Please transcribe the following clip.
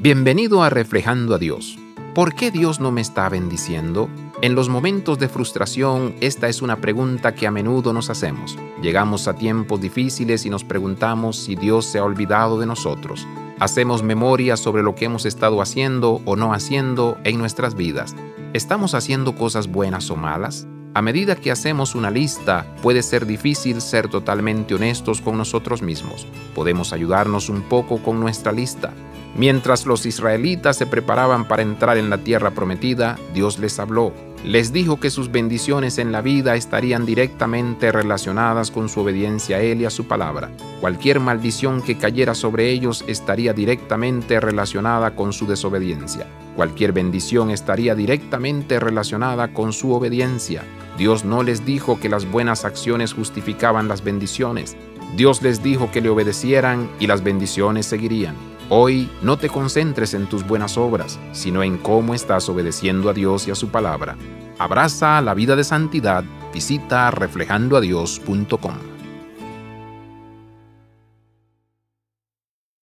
Bienvenido a Reflejando a Dios. ¿Por qué Dios no me está bendiciendo? En los momentos de frustración, esta es una pregunta que a menudo nos hacemos. Llegamos a tiempos difíciles y nos preguntamos si Dios se ha olvidado de nosotros. Hacemos memoria sobre lo que hemos estado haciendo o no haciendo en nuestras vidas. ¿Estamos haciendo cosas buenas o malas? A medida que hacemos una lista, puede ser difícil ser totalmente honestos con nosotros mismos. Podemos ayudarnos un poco con nuestra lista. Mientras los israelitas se preparaban para entrar en la tierra prometida, Dios les habló. Les dijo que sus bendiciones en la vida estarían directamente relacionadas con su obediencia a Él y a su palabra. Cualquier maldición que cayera sobre ellos estaría directamente relacionada con su desobediencia. Cualquier bendición estaría directamente relacionada con su obediencia. Dios no les dijo que las buenas acciones justificaban las bendiciones. Dios les dijo que le obedecieran y las bendiciones seguirían. Hoy no te concentres en tus buenas obras, sino en cómo estás obedeciendo a Dios y a su palabra. Abraza la vida de santidad. Visita reflejandoadios.com.